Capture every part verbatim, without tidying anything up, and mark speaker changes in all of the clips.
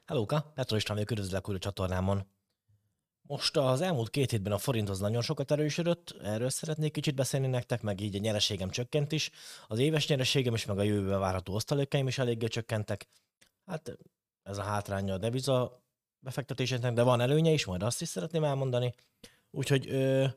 Speaker 1: Hellóka, Petro István vagyok, üdvözlök újra a csatornámon. Most az elmúlt két hétben a forint az nagyon sokat erősödött, erről szeretnék kicsit beszélni nektek, meg így a nyereségem csökkent is. Az éves nyereségem is, meg a jövőben várható osztalékaim is eléggé csökkentek. Hát ez a hátránya a deviza befektetéseknek, de van előnye is, majd azt is szeretném elmondani. Úgyhogy ö,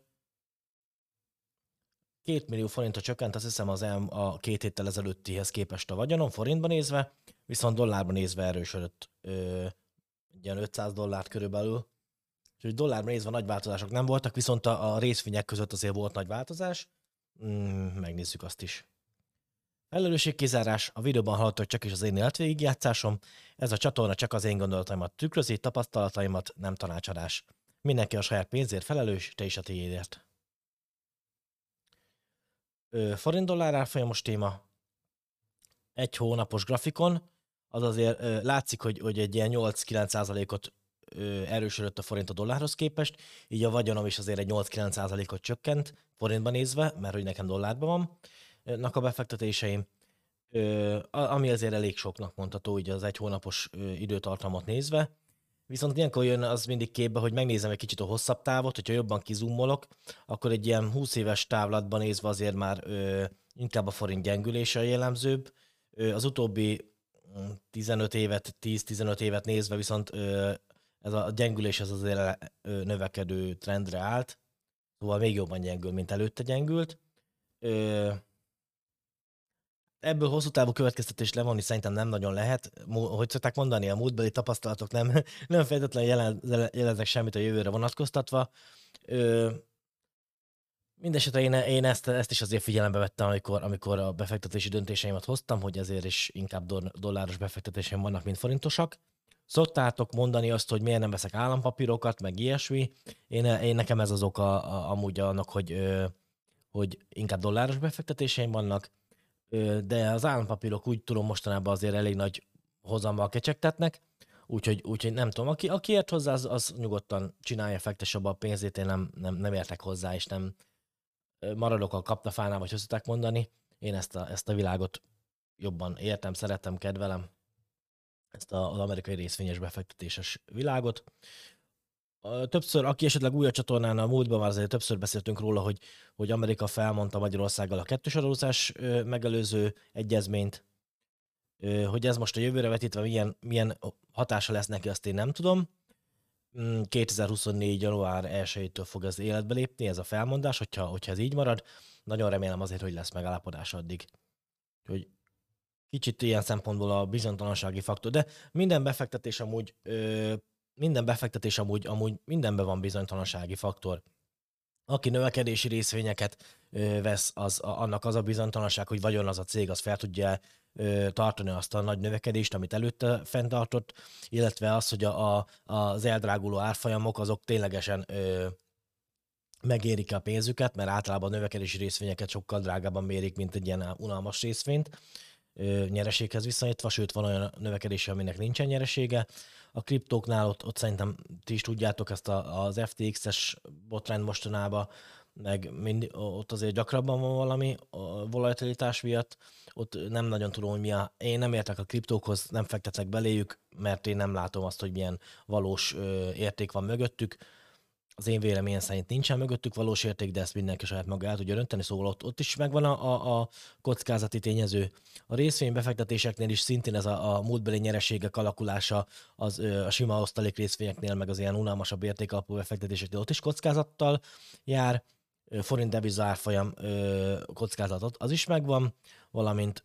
Speaker 1: két millió forintra csökkent, azt hiszem az el, a két héttel ezelőttihez képest a vagyonom forintban nézve, viszont dollárban nézve erősödött ö, ilyen ötszáz dollárt körülbelül. Úgyhogy dollárban nézve nagy változások nem voltak, viszont a, a részvények között azért volt nagy változás. Mm, megnézzük azt is. Felelősségkizárás, a videóban hallható csak is az én életvégigjátszásom. Ez a csatorna csak az én gondolataimat tükrözi, tapasztalataimat, nem tanácsadás. Mindenki a saját pénzért felelős, te is a tiédért. Forint-dollár árfolyamos téma. Egy hónapos grafikon, az azért ö, látszik, hogy, hogy egy ilyen nyolc-kilenc százalékot erősödött a forint a dollárhoz képest, így a vagyonom is azért egy nyolc-kilenc százalékot csökkent forintban nézve, mert hogy nekem dollárban vannak a befektetéseim, ami azért elég soknak mondható, így az egy hónapos időtartamot nézve. Viszont ilyenkor jön az mindig képbe, hogy megnézem egy kicsit a hosszabb távot, hogyha jobban kizumolok, akkor egy ilyen húsz éves távlatban nézve azért már ö, inkább a forint gyengülése a jellemzőbb. Ö, az utóbbi tizenöt évet, tíz-tizenöt évet nézve viszont ö, ez a gyengülés ez azért ö, növekedő trendre állt, szóval még jobban gyengül, mint előtte gyengült. Ö, Ebből hosszú távú következtetést levonni szerintem nem nagyon lehet. Hogy szokták mondani, a múltbeli tapasztalatok nem, nem feltétlenül jelen, jeleznek semmit a jövőre vonatkoztatva. Ö, Mindenesetre én, én ezt, ezt is azért figyelembe vettem, amikor, amikor a befektetési döntéseimet hoztam, hogy ezért is inkább dolláros befektetéseim vannak, mint forintosak. Szoktátok mondani azt, hogy miért nem veszek állampapírokat, meg ilyesmi. Én, én nekem ez az oka a, amúgy annak, hogy, hogy inkább dolláros befektetéseim vannak, de az állampapírok úgy tudom mostanában azért elég nagy hozammal kecsegtetnek, úgyhogy, úgyhogy nem tudom, aki, aki ért hozzá, az, az nyugodtan csinálja, fektesse abba a pénzét, én nem, nem, nem értek hozzá, és nem maradok a kaptafánál, vagy hogy szokták mondani. Én ezt a, ezt a világot jobban értem, szeretem, kedvelem, ezt az amerikai részvényes befektetéses világot. Többször, aki esetleg új a csatornán, a múltban már azért többször beszéltünk róla, hogy, hogy Amerika felmondta Magyarországgal a kettős adózás megelőző egyezményt, hogy ez most a jövőre vetítve milyen, milyen hatása lesz neki, azt én nem tudom. kétezer-huszonnégy. január elsejétől fog ez életbe lépni, ez a felmondás, hogyha, hogyha ez így marad. Nagyon remélem azért, hogy lesz megállapodás addig. Hogy kicsit ilyen szempontból a bizonytalansági faktor, de minden befektetés amúgy ö, minden befektetés amúgy, amúgy mindenben van bizonytalansági faktor. Aki növekedési részvényeket ö, vesz, az, a, annak az a bizonytalanság, hogy vagyon az a cég, az fel tudja ö, tartani azt a nagy növekedést, amit előtte fenntartott, illetve az, hogy a, a, az eldráguló árfolyamok azok ténylegesen ö, megérik a pénzüket, mert általában a növekedési részvényeket sokkal drágában mérik, mint egy ilyen unalmas részvényt nyereséghez viszonyítva, sőt van olyan növekedése, aminek nincsen nyeresége. A kriptóknál ott, ott szerintem ti is tudjátok ezt a, az ef té iksz-es botrány mostanában, meg mind, ott azért gyakrabban van valami a volatilitás miatt, ott nem nagyon tudom, hogy mi a... Én nem értek a kriptókhoz, nem fektetek beléjük, mert én nem látom azt, hogy milyen valós ö, érték van mögöttük. Az én véleményem szerint nincsen mögöttük valós érték, de ezt mindenki saját maga el tudja dönteni, szóval ott, ott is megvan a, a, a kockázati tényező. A részvénybefektetéseknél is szintén ez a, a múltbeli nyereségek alakulása az a sima osztalék részvényeknél, meg az ilyen unalmasabb értékalapú befektetéseknél ott is kockázattal jár. Forint deviza árfolyam kockázatot az is megvan, valamint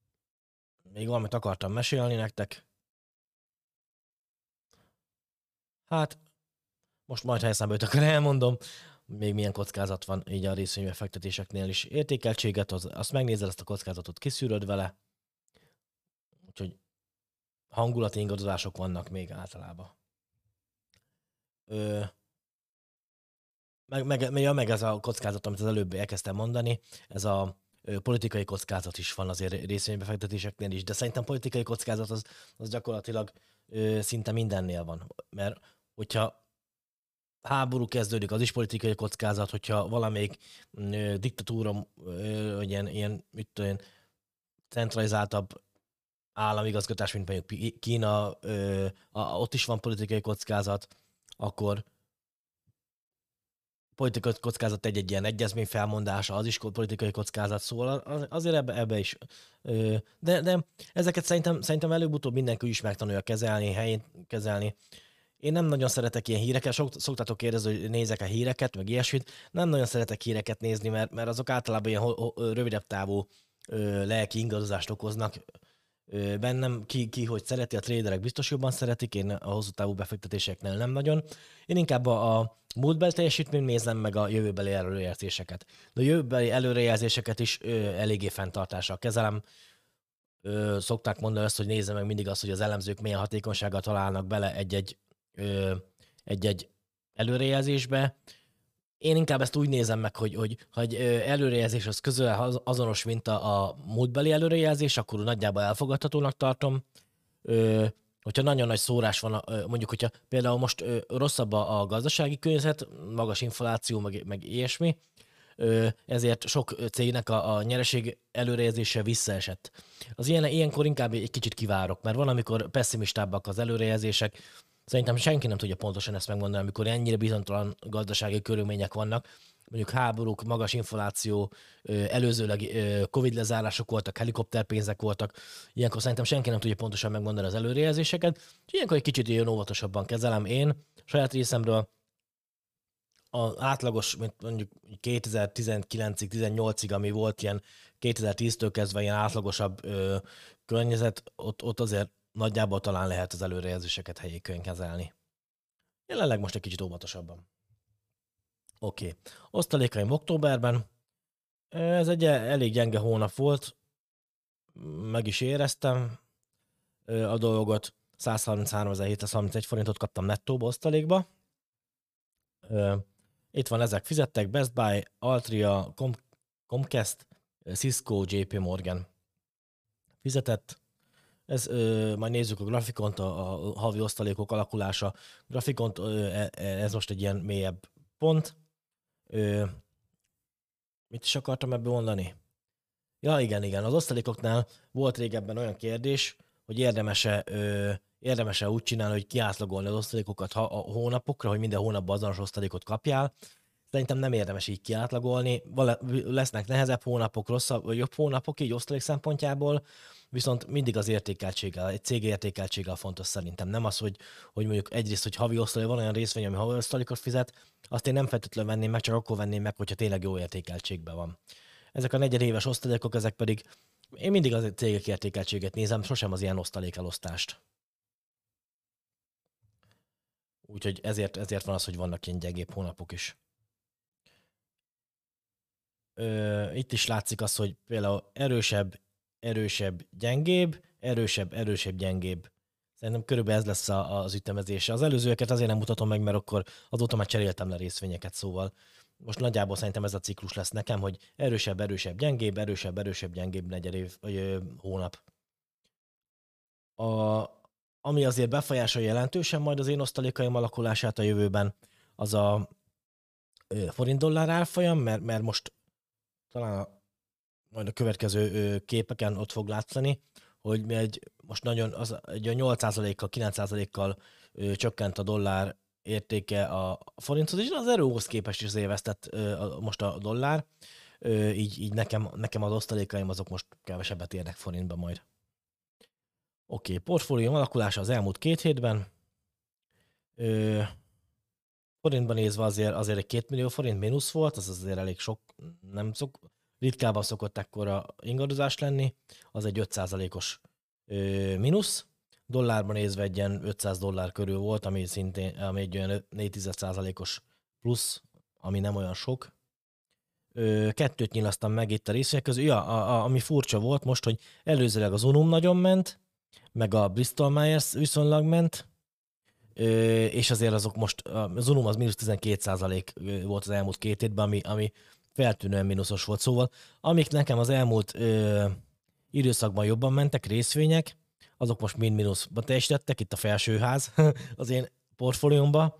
Speaker 1: még valamit akartam mesélni nektek. Hát most majd, ha eszembe jut, akkor elmondom, még milyen kockázat van így a részvénybefektetéseknél is. Értékeltséget, az, azt megnézed, ezt a kockázatot kiszűröd vele, úgyhogy hangulati ingadozások vannak még általában. Ö, meg, meg, meg, meg ez a kockázat, amit az előbb elkezdtem mondani, ez a ö, politikai kockázat is van azért részvénybefektetéseknél is, de szerintem politikai kockázat az, az gyakorlatilag ö, szinte mindennél van, mert hogyha háború kezdődik, az is politikai kockázat, hogyha valamelyik ö, diktatúra, ö, ilyen, ilyen mit tudom én, centralizáltabb államigazgatás, mint mondjuk Kína, ö, a, ott is van politikai kockázat, akkor politikai kockázat egy-egy ilyen egyezmény felmondása, az is politikai kockázat, szóval az, azért ebbe, ebbe is. Ö, de, de ezeket szerintem, szerintem előbb-utóbb mindenki is megtanulja kezelni, helyén kezelni. Én nem nagyon szeretek ilyen híreket, Sok, szoktatok kérdezni, hogy nézek-e híreket, meg ilyesmit. Nem nagyon szeretek híreket nézni, mert, mert azok általában ilyen ho, ho, rövidebb távú ö, lelki ingadozást okoznak ö, bennem. Ki, ki hogy szereti, a traderek biztos jobban szeretik, én a hosszú távú befektetéseknél nem nagyon. Én inkább a, a múltbeli teljesítményt nézem, meg a jövőbeli előrejelzéseket. De a jövőbeli előrejelzéseket is ö, eléggé fenntartással kezelem. Ö, szokták mondani azt, hogy nézze meg mindig azt, hogy az elemzők milyen hatékonysággal találnak bele egy-egy Ö, egy-egy előrejelzésbe. Én inkább ezt úgy nézem meg, hogy, hogy ha egy előrejelzés az közül azonos, mint a, a múltbeli előrejelzés, akkor nagyjából elfogadhatónak tartom. Ö, hogyha nagyon nagy szórás van, mondjuk, hogyha például most ö, rosszabb a, a gazdasági környezet, magas infláció, meg, meg ilyesmi, ö, ezért sok cégnek a, a nyereség előrejelzése visszaesett. Az ilyen, ilyenkor inkább egy kicsit kivárok, mert van, amikor pessimistábbak az előrejelzések. Szerintem senki nem tudja pontosan ezt megmondani, amikor ennyire bizonytalan gazdasági körülmények vannak. Mondjuk háborúk, magas infláció, előzőleg Covid lezárások voltak, helikopterpénzek voltak. Ilyenkor szerintem senki nem tudja pontosan megmondani az előrejelzéseket. Ilyenkor egy kicsit ilyen óvatosabban kezelem én saját részemről. Az átlagos, mint mondjuk kétezer-tizenkilencig, tizennyolcig, ami volt ilyen kétezer-tíztől kezdve ilyen átlagosabb ö, környezet, ott, ott azért nagyjából talán lehet az előrejelzéseket helyékön kezelni. Jelenleg most egy kicsit óvatosabban. Oké. Okay. Osztalékaim októberben. Ez egy elég gyenge hónap volt. Meg is éreztem a dolgot. százharmincháromezer-hétszázharmincegy forintot kaptam nettóba osztalékba. Itt van, ezek fizettek. Best Buy, Altria, Com- Comcast, Cisco, jé pé Morgan fizetett. Ez, ö, majd nézzük a grafikont, a, a havi osztalékok alakulása. Grafikont, ö, ez most egy ilyen mélyebb pont. Ö, mit is akartam ebből mondani? Ja, igen, igen. Az osztalékoknál volt régebben olyan kérdés, hogy érdemes-e, ö, érdemes-e úgy csinálni, hogy kiátlagolni az osztalékokat ha, a hónapokra, hogy minden hónapban azonos osztalékot kapjál. Szerintem nem érdemes így kiátlagolni. Val- lesznek nehezebb hónapok, rosszabb vagy jobb hónapok így osztalék szempontjából, viszont mindig az értékeltséggel, egy cég értékeltséggel fontos szerintem. Nem az, hogy, hogy mondjuk egyrészt, hogy havi osztalék, van olyan részvény, ami havi osztalékot fizet, azt én nem feltétlenül venném meg, csak akkor venném meg, hogyha tényleg jó értékeltségben van. Ezek a negyedéves osztalékok, ezek pedig én mindig az cégek értékeltséget nézem, sosem az ilyen osztalékelosztást. Úgyhogy ezért, ezért van az, hogy vannak ilyen gyengébb hónapok is. Ö, itt is látszik az, hogy például erősebb, erősebb, gyengébb, erősebb, erősebb, gyengébb. Szerintem körülbelül ez lesz a, az ütemezése. Az előzőeket azért nem mutatom meg, mert akkor azóta már cseréltem le részvényeket, szóval most nagyjából szerintem ez a ciklus lesz nekem, hogy erősebb, erősebb, gyengébb, erősebb, erősebb, gyengébb negyed év, vagy ö, hónap. A, ami azért befolyásolja jelentősen majd az én osztalékaim alakulását a jövőben, az a forint-dollár árfolyam, mert, mert most talán a, majd a következő képeken ott fog látszani, hogy mi egy, most nagyon az, egy nyolc százalékkal, kilenc százalékkal ö, csökkent a dollár értéke a forinthoz, és az euróhoz képest is azért vesztett ö, most a dollár, ö, így, így nekem, nekem az osztalékaim azok most kevesebbet érnek forintba majd. Oké, okay, portfólium alakulása az elmúlt két hétben. Ö, forintban nézve azért, azért egy két millió forint mínusz volt, az azért elég sok, nem szok, ritkábban szokott ekkora ingadozás lenni, az egy öt százalékos mínusz. Dollárban nézve egy ilyen ötszáz dollár körül volt, ami szintén ami egy olyan négy százalékos plusz, ami nem olyan sok. Ö, kettőt nyilasztam meg itt a részvények közül. Ja, a, a, ami furcsa volt most, hogy előzőleg az Unum nagyon ment, meg a Bristol Myers viszonylag ment, ö, és azért azok most, az Unum az mínusz tizenkét százalék volt az elmúlt két hétben, ami, ami feltűnően mínuszos volt. Szóval, amik nekem az elmúlt ö, időszakban jobban mentek, részvények, azok most mind mínuszban teljesítettek, itt a felsőház az én portfóliómban.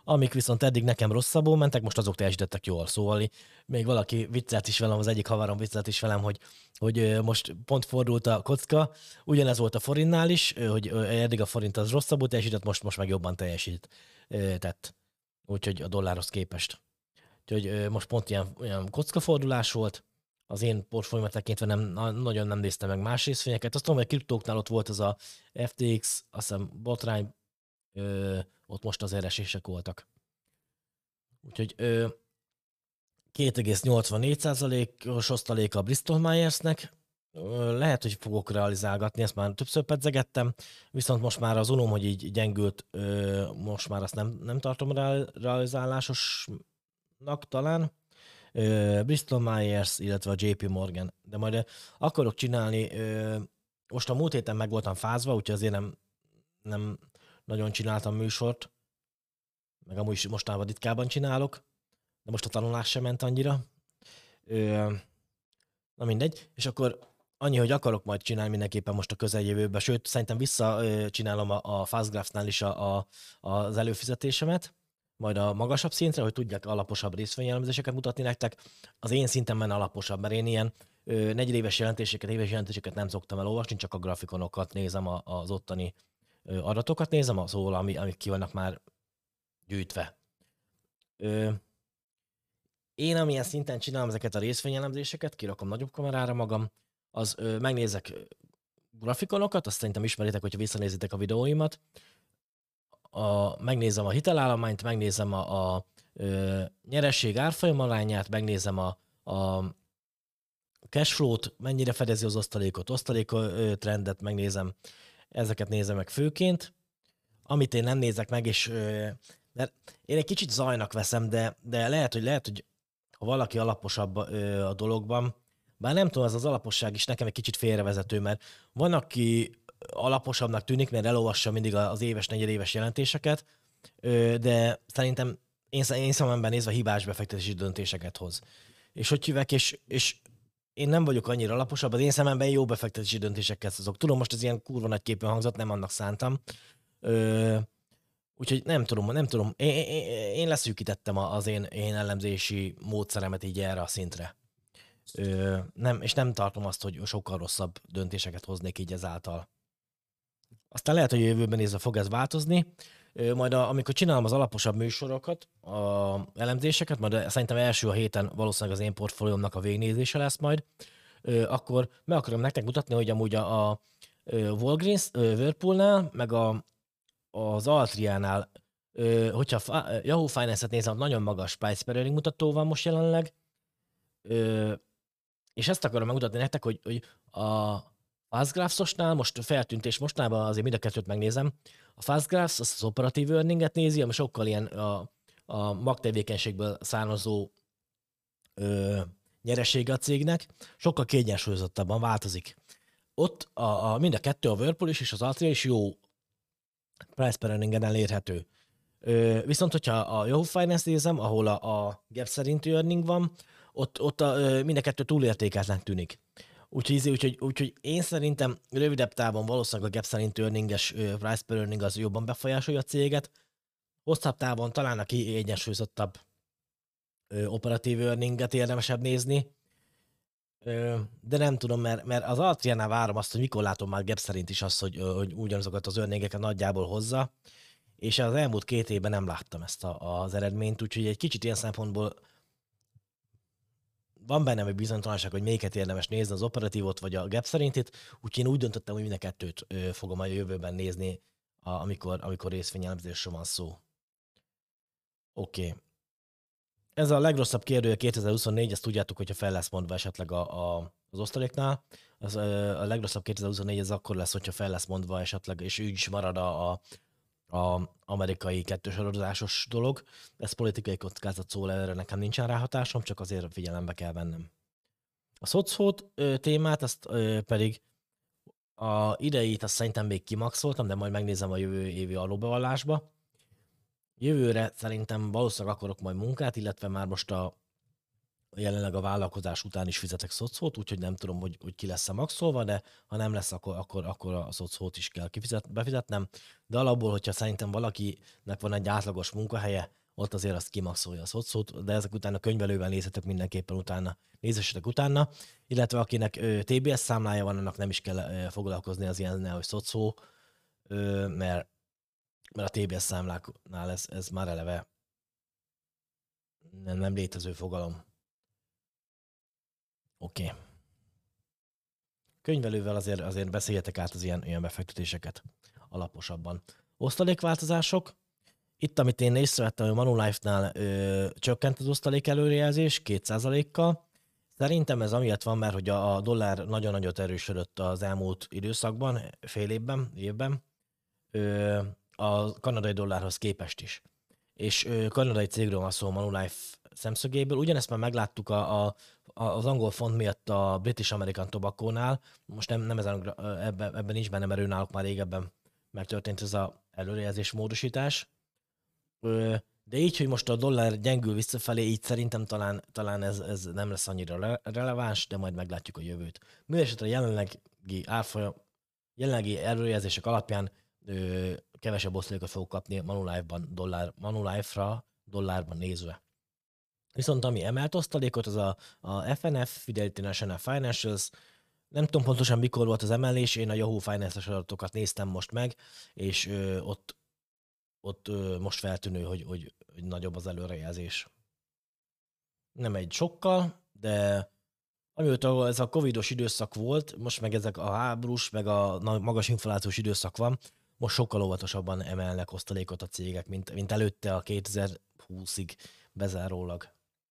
Speaker 1: amik viszont eddig nekem rosszabbul mentek, most azok teljesítettek jól. Szóval még valaki viccelt is velem, az egyik haverom viccelt is velem, hogy, hogy most pont fordult a kocka, ugyanez volt a forintnál is, hogy eddig a forint az rosszabbul teljesített, most, most meg jobban teljesített. Úgyhogy a dollárhoz képest. Úgyhogy most pont ilyen, ilyen kockafordulás volt. Az én portfóliómat tekintve nem, nagyon nem néztem meg más részvényeket. Azt tudom, hogy a kriptóknál ott volt az a ef té iksz, azt hiszem botrány, ö, ott most az esések voltak. Úgyhogy ö, két egész nyolcvannégy százalékos osztaléka a Bristol Myersnek. Ö, lehet, hogy fogok realizálgatni, ezt már többször pedzegettem, viszont most már az unóm, hogy így gyengült, ö, most már azt nem, nem tartom realizálásosnak talán. Bristol Myers, illetve a jé pé Morgan. De majd akarok csinálni, most a múlt héten meg voltam fázva, úgyhogy azért nem, nem nagyon csináltam műsort, meg amúgy is mostanában ritkában csinálok, de most a tanulás sem ment annyira. Na mindegy, és akkor annyi, hogy akarok majd csinálni mindenképpen most a közeljövőben, sőt, szerintem visszacsinálom a, a Fastgraphs-nál is a, a, az előfizetésemet, majd a magasabb szintre, hogy tudják alaposabb részvényelemzéseket mutatni nektek. Az én szintemben alaposabb, mert én ilyen ö, negyedéves jelentéseket, éves jelentéseket nem szoktam elolvasni, csak a grafikonokat nézem, a, az ottani ö, adatokat nézem, az szóval, ami, amik ki vannak már gyűjtve. Ö, én amilyen szinten csinálom ezeket a részvényelemzéseket, kirakom nagyobb kamerára magam, az ö, megnézek grafikonokat, azt szerintem ismeritek, hogyha visszanézitek a videóimat, A, megnézem a hitelállományt, megnézem a, a ö, nyeresség árfolyam arányát, megnézem a, a cashflow-t, mennyire fedezi az osztalékot, osztalék ö, trendet, megnézem, ezeket nézem meg főként. Amit én nem nézek meg, és ö, mert én egy kicsit zajnak veszem, de, de lehet, hogy lehet, hogy ha valaki alaposabb ö, a dologban, bár nem tudom, ez az alaposság is nekem egy kicsit félrevezető, mert van, aki alaposabbnak tűnik, mert elolvassa mindig az éves, negyedéves jelentéseket, de szerintem én, én szememben nézve hibás befektetési döntéseket hoz. És hogy hívek, és, és én nem vagyok annyira alaposabb, az én szememben jó befektetési döntéseket hozok. Tudom, most ez ilyen kurva nagy képen hangzott, nem annak szántam. Ö, úgyhogy nem tudom, nem tudom. Én, én, én leszűkítettem az én, én ellenzési módszeremet így erre a szintre. Ö, nem, és nem tartom azt, hogy sokkal rosszabb döntéseket hoznék így ezáltal. Aztán lehet, hogy a jövőben nézve fog ez változni. Majd a, amikor csinálom az alaposabb műsorokat, a elemzéseket, majd szerintem első a héten valószínűleg az én portfóliómnak a végnézése lesz majd, akkor meg akarom nektek mutatni, hogy amúgy a, a Walgreens, Whirlpoolnál, meg a, az Altriánál, hogyha a Yahoo Finance-et nézem, nagyon magas price per earning mutató van most jelenleg, és ezt akarom megmutatni nektek, hogy, hogy a Fastgraphs-osnál most feltűnt, és mostanában azért mind a kettőt megnézem. A Fastgraphs az, az operatív earninget nézi, ami sokkal ilyen a, a magtevékenységből származó ö, nyeresége a cégnek, sokkal kiegyensúlyozottabban változik. Ott a, a, mind a kettő, a Whirlpool is és az Altria is jó price per earningen elérhető. Ö, viszont, hogyha a Yahoo Finance nézem, ahol a, a gap szerinti earning van, ott, ott a, ö, mind a kettő túlértékeltnek tűnik. Úgyhogy, úgyhogy, úgyhogy én szerintem rövidebb távon valószínűleg a gap szerint earninges price per earning az jobban befolyásolja a céget. Hosszabb távon talán a kiegyensúlyozottabb operatív earninget érdemesebb nézni. Ö, de nem tudom, mert, mert az Altriánál várom azt, hogy mikor látom már gap szerint is azt, hogy, hogy ugyanazokat az earningeket nagyjából hozza, és az elmúlt két évben nem láttam ezt a, az eredményt, úgyhogy egy kicsit ilyen szempontból van bennem egy bizonytalanság, hogy melyiket érdemes nézni, az operatívot vagy a gap szerintit, úgyhogy én úgy döntöttem, hogy mind a kettőt ö, fogom a jövőben nézni, a, amikor, amikor részvényelemzésről van szó. Oké. Okay. Ez a legrosszabb kérdője kétezer-huszonnégy, ezt tudjátok, hogyha fel lesz mondva esetleg a, a, az osztaléknál. Az, a legrosszabb kétezer-huszonnégy ez akkor lesz, hogyha fel lesz mondva esetleg, és úgy is marad a, a, a amerikai kettősorozásos dolog. Ez politikai kockázat szól, erre nekem nincsen ráhatásom, csak azért figyelembe kell vennem. A szocót témát, azt ö, pedig a idejét azt szerintem még kimaxoltam, de majd megnézem a jövő évi alóbevallásba. Jövőre szerintem valószínűleg akarok majd munkát, illetve már most a, jelenleg a vállalkozás után is fizetek szocót, úgyhogy nem tudom, hogy, hogy ki lesz a maxolva, de ha nem lesz, akkor, akkor, akkor a szocót is kell kifizet, befizetnem. De alapból, hogyha szerintem valakinek van egy átlagos munkahelye, ott azért azt kimaxolja a szocót, de ezek után a könyvelővel nézhetek mindenképpen utána, nézhessetek utána, illetve akinek ö, té bé es számlája van, annak nem is kell ö, foglalkozni az ilyennel, hogy szocó, ö, mert, mert a té bé es számláknál ez, ez már eleve nem, nem létező fogalom. Oké. Okay. Könyvelővel azért, azért beszéljetek át az ilyen, ilyen befektetéseket alaposabban. Osztalékváltozások. Itt, amit én észrevettem, hogy Manulife-nál ö, csökkent az osztalék előrejelzés két százalékkal. Szerintem ez amiatt van, mert hogy a, a dollár nagyon nagyot erősödött az elmúlt időszakban, fél évben, évben, ö, a kanadai dollárhoz képest is. És ö, kanadai cégről van szó Manulife szemszögéből. Ugyanezt már megláttuk a, a, az angol font miatt a British American Tobacco-nál. Most nem, nem ezen, ebben, ebben nincs benne, mert ő náluk már régebben megtörtént ez az előrejelzés módosítás. Ö, de így, hogy most a dollár gyengül visszafelé, így szerintem talán, talán ez, ez nem lesz annyira re- releváns, de majd meglátjuk a jövőt. Mindenesetre a jelenlegi árfolyam, jelenlegi előrejelzések alapján ö, kevesebb osztalékot fogok kapni Manulife-ban, dollár, Manulife-ra dollárban nézve. Viszont ami emelt osztalékot, az a, a ef en ef, Fidelity National Financials, nem tudom pontosan mikor volt az emelés, én a Yahoo Finance-es adatokat néztem most meg, és ö, ott, ott ö, most feltűnő, hogy, hogy, hogy nagyobb az előrejelzés. Nem egy sokkal, de amióta ez a covidos időszak volt, most meg ezek a háborús, meg a magas inflációs időszak van, most sokkal óvatosabban emelnek osztalékot a cégek, mint, mint előtte a kétezer-húszig bezárólag.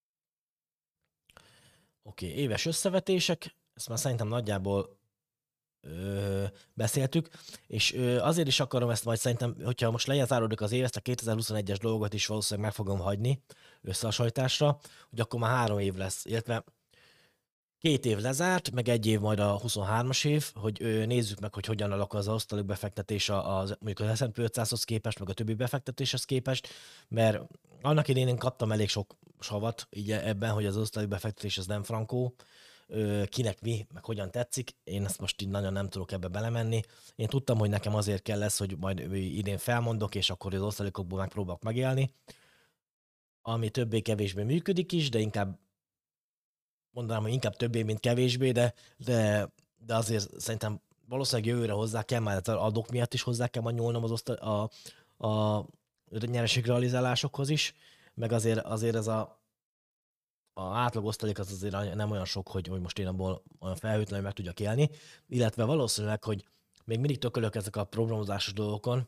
Speaker 1: Oké, okay, éves összevetések, ezt már szerintem nagyjából ö, beszéltük, és ö, azért is akarom ezt majd szerintem, hogyha most lejázárodik az év, ezt a kétezer-huszonegyes dolgot is valószínűleg meg fogom hagyni összehasonlításra, hogy akkor már három év lesz, illetve két év lezárt, meg egy év majd a huszonhármas év, hogy ö, nézzük meg, hogy hogyan alakul az osztalék befektetés az, mondjuk az es and pé ötszázhoz képest, meg a többi befektetéshez képest, mert annak idején én kaptam elég sok savat így ebben, hogy az osztalék befektetés az nem frankó, ö, kinek mi, meg hogyan tetszik. Én ezt most így nagyon nem tudok ebbe belemenni. Én tudtam, hogy nekem azért kell lesz, hogy majd idén felmondok, és akkor az osztalékokból megpróbálok megélni, ami többé-kevésbé működik is, de inkább mondanám, hogy inkább többé, mint kevésbé, de, de, de azért szerintem valószínűleg jövőre hozzá kell, mert az adók miatt is hozzá kell majd nyúlnom az osztal- a, a nyereségrealizálásokhoz is, meg azért, azért ez a, a átlag osztalék az azért nem olyan sok, hogy, hogy most én abból olyan felhőtlenül meg tudjak élni, illetve valószínűleg, hogy még mindig tökölök ezek a programozásos dolgokon,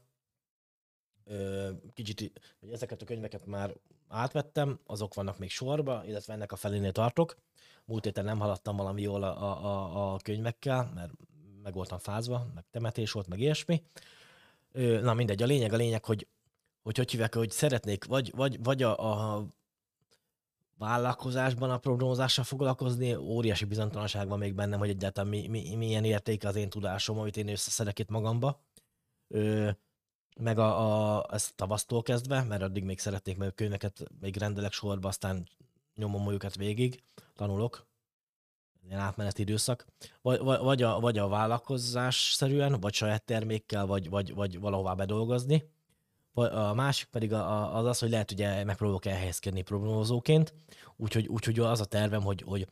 Speaker 1: kicsit, hogy ezeket a könyveket már átvettem, azok vannak még sorba, illetve ennek a felénél tartok. Múlt héten nem haladtam valami jól a, a, a könyvekkel, mert meg voltam fázva, meg temetés volt, meg ilyesmi. Na mindegy, a lényeg a lényeg, hogy hogy, hogy hívják, hogy szeretnék vagy, vagy, vagy a, a vállalkozásban a programozással foglalkozni, óriási bizonytalanság van még bennem, hogy egyáltalán mi, mi, milyen értéke az én tudásom, amit én összeszedek itt magamba. Ö, meg a, a, ezt tavasztól kezdve, mert addig még szeretnék, meg a könyveket még rendelek sorba, aztán nyomom őket végig, tanulok, ilyen átmeneti időszak, vagy, vagy, a, vagy a vállalkozás-szerűen, vagy saját termékkel, vagy, vagy, vagy valahová bedolgozni. A másik pedig az az, hogy lehet ugye megpróbálok elhelyezkedni programozóként, úgyhogy, úgyhogy az a tervem, hogy, hogy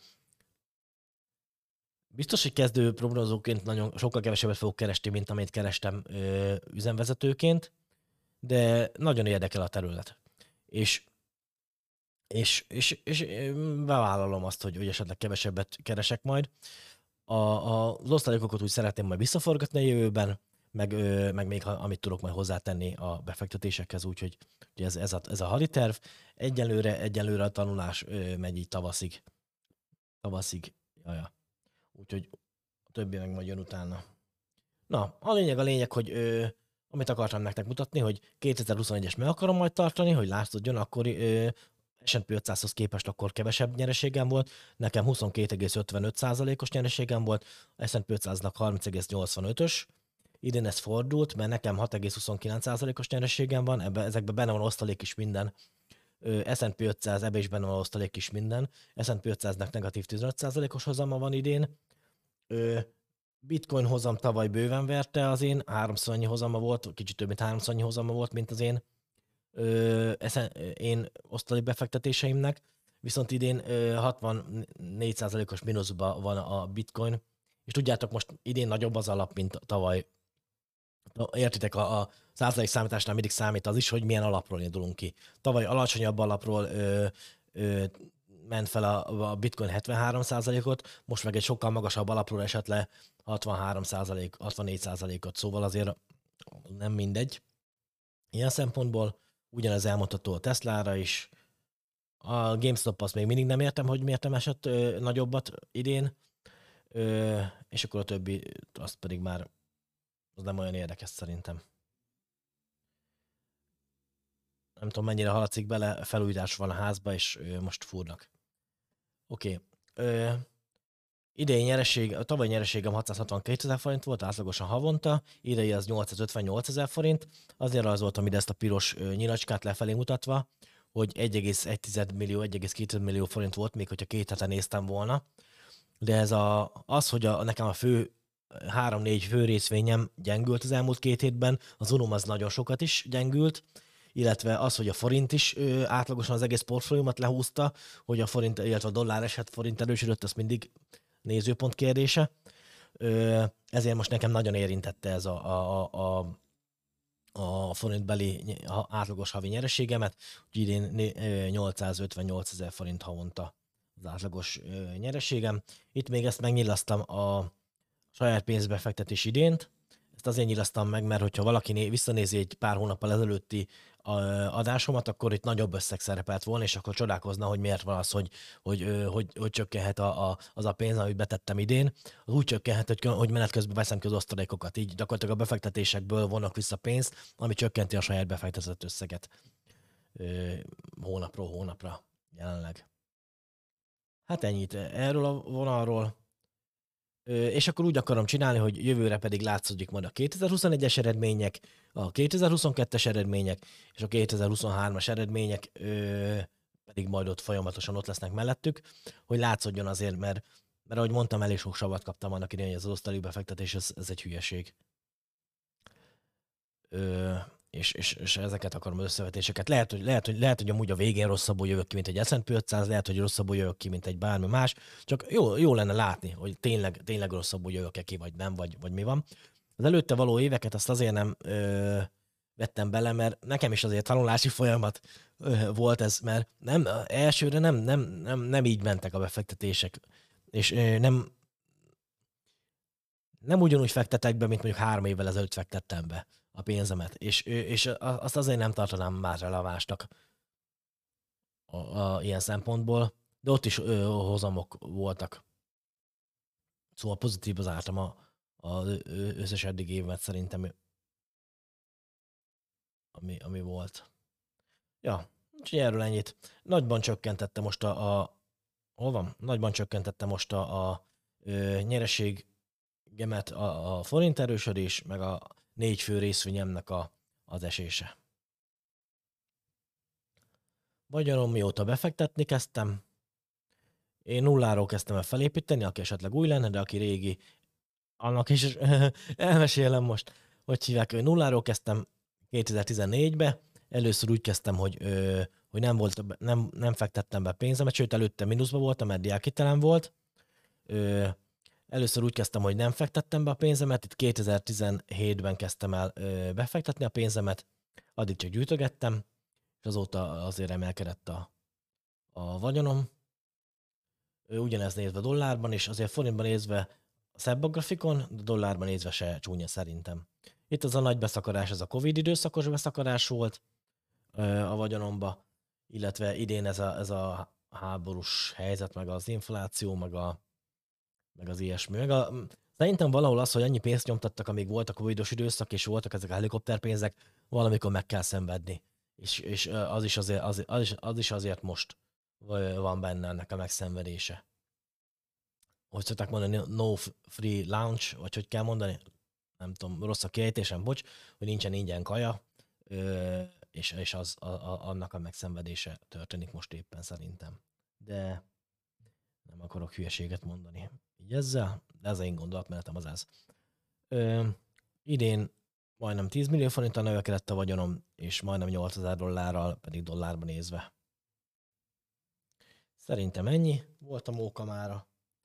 Speaker 1: biztos, hogy kezdő programozóként nagyon sokkal kevesebbet fogok keresni, mint amit kerestem ö, üzemvezetőként, de nagyon érdekel a terület. És, és, és, és bevállalom azt, hogy, hogy esetleg kevesebbet keresek majd. A, a, az osztalékokat úgy szeretném majd visszaforgatni a jövőben, meg, ö, meg még amit tudok majd hozzátenni a befektetésekhez, úgyhogy ez, ez, a, ez a haditerv. Egyelőre, egyelőre a tanulás ö, megy így tavaszig. Tavaszig, jaja. Úgyhogy a többi meg majd jön utána. Na, a lényeg a lényeg, hogy ö, amit akartam nektek mutatni, hogy kétezer-huszonegyes meg akarom majd tartani, hogy látszódjon, akkor ö, es and pé ötszázhoz képest akkor kevesebb nyereségem volt, nekem huszonkét egész ötvenöt százalékos nyereségem volt, es and pé ötszáznak harminc egész nyolcvanötös. Idén ez fordult, mert nekem hat egész huszonkilenc százalékos nyereségem van, ebbe, ezekben benne van osztalék is minden. es and pé ötszáz, ebbe is benne van osztalék is minden. es and pé ötszáznak negatív tizenöt százalékos hozama van idén. Ö, Bitcoin hozam tavaly bőven verte az én, háromszor annyi hozama volt, kicsit több mint háromszor annyi hozama volt, mint az én, ö, eszen, én osztalék befektetéseimnek, viszont idén ö, hatvannégy százalékos mínuszban van a Bitcoin, és tudjátok, most idén nagyobb az alap, mint tavaly. Értitek, a, a százalék számításnál mindig számít az is, hogy milyen alapról indulunk ki. Tavaly alacsonyabb alapról ö, ö, ment fel a, a Bitcoin hetvenhárom százalékot, most meg egy sokkal magasabb alapról esett le hatvanhárom százalék, hatvannégy százalékot, szóval azért nem mindegy. Ilyen szempontból ugyanez elmondható a Teslára is. A GameStop azt még mindig nem értem, hogy miért nem esett ö, nagyobbat idén, ö, és akkor a többi, azt pedig már az nem olyan érdekes szerintem. Nem tudom, mennyire haladszik bele, felújítás van a házba, és ö, most fúrnak. Oké. Okay. Idei nyereség, a tavaly nyereségem hatszázhatvankétezer forint volt, átlagosan havonta, idei az nyolcszázötvennyolcezer forint. Azért rajzoltam ide ezt a piros ö, nyilacskát lefelé mutatva, hogy egy egész egy millió, egy egész két millió forint volt, még hogyha két hete néztem volna. De ez a, az, hogy a, nekem a fő három-négy fő részvényem gyengült az elmúlt két hétben, az Unum az nagyon sokat is gyengült, illetve az, hogy a forint is ö, átlagosan az egész portfóliómat lehúzta, hogy a forint, illetve a dollár esett, forint erősödött, az mindig nézőpont kérdése. Ö, ezért most nekem nagyon érintette ez a, a, a, a forintbeli átlagos havi nyereségemet, úgyhogy idén nyolcszázötvennyolcezer forint havonta az átlagos ö, nyereségem. Itt még ezt megnyilaztam a saját pénzbefektetés idént. Ezt azért nyilasztam meg, mert hogyha valaki né- visszanézi egy pár hónappal ezelőtti adásomat, akkor itt nagyobb összeg szerepelt volna, és akkor csodálkozna, hogy miért van az, hogy, hogy, hogy, hogy, hogy csökkenhet a, a, az a pénz, amit betettem idén. Az úgy csökkenhet, hogy, hogy menet közben veszem ki az osztalékokat. Így gyakorlatilag a befektetésekből vonnak vissza pénzt, ami csökkenti a saját befektetett összeget ö, hónapról hónapra jelenleg. Hát ennyit erről a vonalról. És akkor úgy akarom csinálni, hogy jövőre pedig látszódik majd a kétezer-huszonegyes eredmények, a kétezer-huszonkettes eredmények és a kétezer-huszonhármas eredmények ö, pedig majd ott folyamatosan ott lesznek mellettük, hogy látszódjon azért, mert, mert ahogy mondtam, elég sok savat kaptam annak idején, hogy az osztalék befektetés, ez, ez egy hülyeség. Ö, és, és, és ezeket akarom az összevetéseket. Lehet hogy, lehet, hogy, lehet, hogy amúgy a végén rosszabbul jövök ki, mint egy es and pé ötszáz, lehet, hogy rosszabbul jövök ki, mint egy bármi más, csak jó, jó lenne látni, hogy tényleg, tényleg rosszabbul jövök-e ki, vagy nem, vagy, vagy mi van. Az előtte való éveket azt azért nem ö, vettem bele, mert nekem is azért tanulási folyamat ö, volt ez, mert nem, elsőre nem, nem, nem, nem így mentek a befektetések, és ö, nem, nem ugyanúgy fektetek be, mint mondjuk három évvel ezelőtt fektettem be a pénzemet, és, és azt azért nem tartanám már relevánsnak a, a, ilyen szempontból, de ott is ö, hozamok voltak. Szóval pozitív az ártam a, a összes eddig évet szerintem, ami, ami volt. Ja, úgyhogy erről ennyit. Nagyban csökkentette most a, a hol van? Nagyban csökkentette most a, a ö, nyereségemet a, a forint erősödés, meg a négy fő részvényemnek a, az esése. Vagyonom mióta befektetni kezdtem, én nulláról kezdtem el felépíteni, aki esetleg új lenne, de aki régi, annak is elmesélem most, hogy hívják, hogy nulláról kezdtem kétezer-tizennégybe, először úgy kezdtem, hogy, ö, hogy nem, volt, nem, nem fektettem be pénzemet, sőt előtte mínuszba voltam, mert diákhitelem volt. Ö, először úgy kezdtem, hogy nem fektettem be a pénzemet, itt kétezer-tizenhétben kezdtem el ö, befektetni a pénzemet, addig csak gyűjtögettem, és azóta azért emelkedett a, a vagyonom. Ugyanez nézve dollárban, és azért forintban nézve szebb a grafikon, de dollárban nézve se csúnya szerintem. Itt az a nagy beszakadás, ez a Covid időszakos beszakadás volt a vagyonomba, illetve idén ez a, ez a háborús helyzet, meg az infláció, meg, a, meg az ilyesmi. Meg a, szerintem valahol az, hogy annyi pénzt nyomtattak, amíg volt a covidos időszak, és voltak ezek a helikopterpénzek, valamikor meg kell szenvedni. És, és az, is azért, az, az, is, az is azért most van benne ennek a megszenvedése. Hogy szokták mondani, no free lunch, vagy hogy kell mondani, nem tudom, rossz a kiejtésem, bocs, hogy nincsen ingyen kaja. Ö, és, és az, a, a, annak a megszenvedése történik most éppen szerintem. De nem akarok hülyeséget mondani így ezzel, de ez az én gondolatmenetem az ez. Ö, idén majdnem tíz millió forinttal növekedett a vagyonom, és majdnem nyolcezer dollárral, pedig dollárban nézve. Szerintem ennyi volt a móka mára.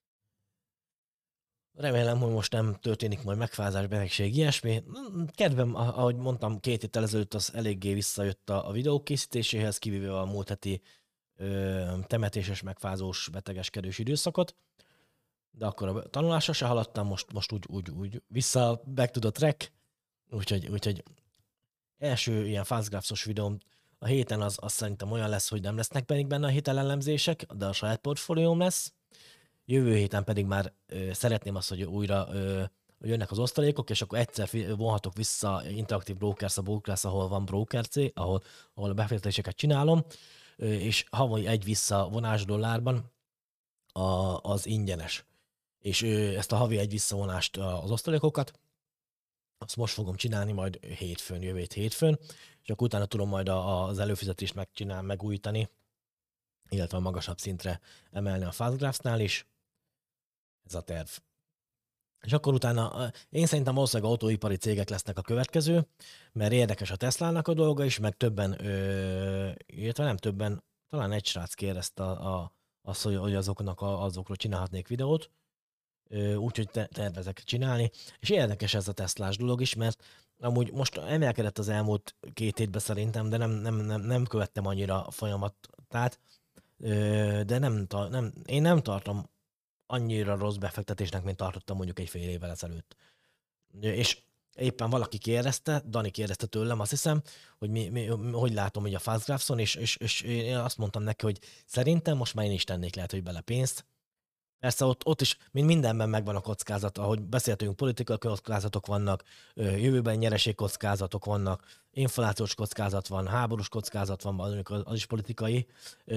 Speaker 1: Remélem, hogy most nem történik majd megfázás, betegség, ilyesmi. Kedvem, ahogy mondtam, két héttel ezelőtt az eléggé visszajött a, a videók készítéséhez, kivéve a múlt heti ö, temetéses, megfázós, betegeskedős időszakot. De akkor a tanulásra se haladtam, most, most úgy, úgy, úgy vissza back to the track. Úgyhogy, úgyhogy első ilyen fastgraphs-os videóm a héten az, az szerintem olyan lesz, hogy nem lesznek pedig benne a hitelemlemzések, de a saját portfólióm lesz. Jövő héten pedig már ö, szeretném azt, hogy újra ö, jönnek az osztalékok, és akkor egyszer vonhatok vissza Interactive Brokers, a Brokers, ahol van Broker C, ahol, ahol a befektetéseket csinálom, ö, és havonyi egy visszavonás dollárban a, az ingyenes. És ö, ezt a havi egy visszavonást, az osztalékokat, azt most fogom csinálni majd hétfőn, jövő hét hétfőn, és akkor utána tudom majd a, az előfizetést megcsinálni, megújítani, illetve a magasabb szintre emelni a Fastgraphs-nál is. Ez a terv. És akkor utána én szerintem valószínűleg autóipari cégek lesznek a következő, mert érdekes a Teslának a dolga is, meg többen, ö, illetve nem többen, talán egy srác kérdezte a, a, azt, hogy, hogy azoknak a, azokról csinálhatnék videót, úgyhogy te, tervezek csinálni. És érdekes ez a Teslás dolog is, mert amúgy most emelkedett az elmúlt két hétben szerintem, de nem, nem, nem, nem követtem annyira a folyamatát, de nem, nem, én nem tartom annyira rossz befektetésnek, mint tartottam mondjuk egy fél évvel ezelőtt. És éppen valaki kérdezte, Dani kérdezte tőlem, azt hiszem, hogy mi, mi, hogy látom hogy a Fastgraphs-on, és, és, és én azt mondtam neki, hogy szerintem most már én is tennék lehet, hogy bele pénzt. Persze ott, ott is, mint mindenben megvan a kockázat, ahogy beszéltünk, politikai kockázatok vannak, jövőben nyereségkockázatok vannak, inflációs kockázat van, háborús kockázat van, az is politikai.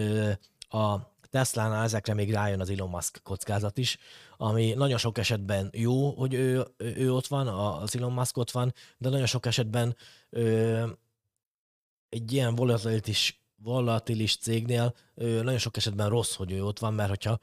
Speaker 1: A Teslánál ezekre még rájön az Elon Musk kockázat is, ami nagyon sok esetben jó, hogy ő, ő ott van, az Elon Musk ott van, de nagyon sok esetben ö, egy ilyen volatilis, volatilis cégnél ö, nagyon sok esetben rossz, hogy ő ott van, mert hogyha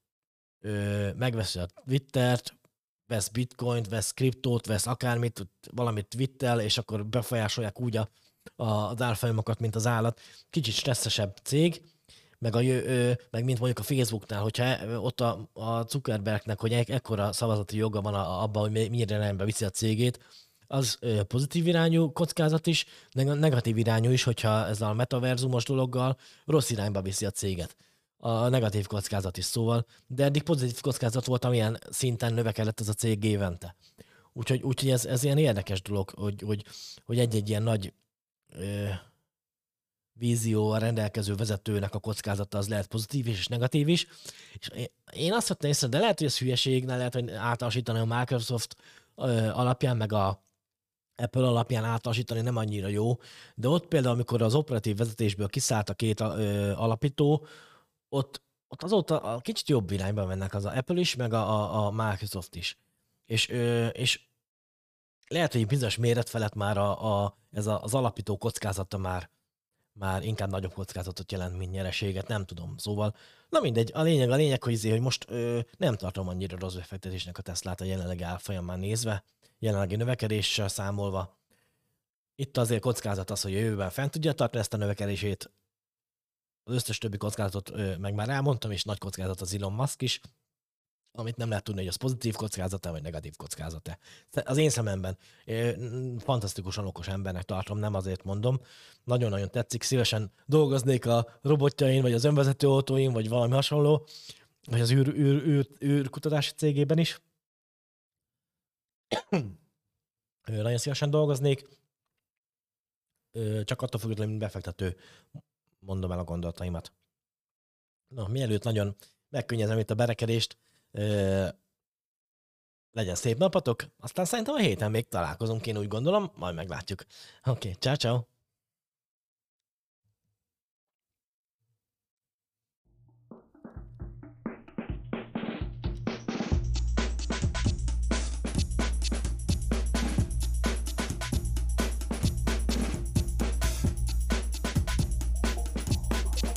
Speaker 1: ö, megveszi a Twittert, vesz bitcoint, vesz kriptót, vesz akármit, valamit twittel, és akkor befolyásolják úgy a, a, az árfolyamokat, mint az állat. Kicsit stresszesebb cég, meg, a, ö, meg mint mondjuk a Facebooknál, hogyha ott a, a Zuckerbergnek, hogy ek, ekkora szavazati joga van a, abban, hogy milyen irányba viszi a cégét, az ö, pozitív irányú kockázat is, negatív irányú is, hogyha ezzel a metaverzumos dologgal rossz irányba viszi a céget. A negatív kockázat is szóval, de eddig pozitív kockázat volt, amilyen szinten növekedett ez a cég évente. Úgyhogy, úgyhogy ez, ez ilyen érdekes dolog, hogy, hogy, hogy egy-egy ilyen nagy ö, vízióval rendelkező vezetőnek a kockázata az lehet pozitív is és negatív is. És én azt vettem észre, de lehet, hogy ez hülyeség, lehet, hogy általánosítani a Microsoft ö, alapján, meg a Apple alapján általánosítani nem annyira jó, de ott például, amikor az operatív vezetésből kiszállt a két ö, alapító, ott, ott azóta a kicsit jobb irányba mennek az a Apple is, meg a, a, a Microsoft is. És, ö, és lehet, hogy bizonyos méret felett már a, a, ez a, az alapító kockázata már, már inkább nagyobb kockázatot jelent, mint nyereséget, nem tudom. Szóval, na mindegy, a lényeg a lényeg, hogy, azért, hogy most ö, nem tartom annyira rossz befektetésnek a Teslát a jelenlegi árfolyamán nézve, jelenlegi növekedéssel számolva. Itt azért kockázat az, hogy a jövőben fent tudja tartani ezt a növekedését. Az összes többi kockázatot ö, meg már elmondtam, és nagy kockázat az Elon Musk is, amit nem lehet tudni, hogy az pozitív kockázata, vagy negatív kockázata. Az én szememben fantasztikusan okos embernek tartom, nem azért mondom. Nagyon-nagyon tetszik, szívesen dolgoznék a robotjain, vagy az önvezető autóin, vagy valami hasonló, vagy az űr, űr, űr, űrkutatási cégében is. Nagyon szívesen dolgoznék, csak attól függetlenül, mint befektető mondom el a gondolataimat. Na, mielőtt nagyon megkönnyezem itt a berekedést, Ö, legyen szép napotok, aztán szerintem a héten még találkozunk, én úgy gondolom, majd meglátjuk. Oké, okay, ciao, ciao.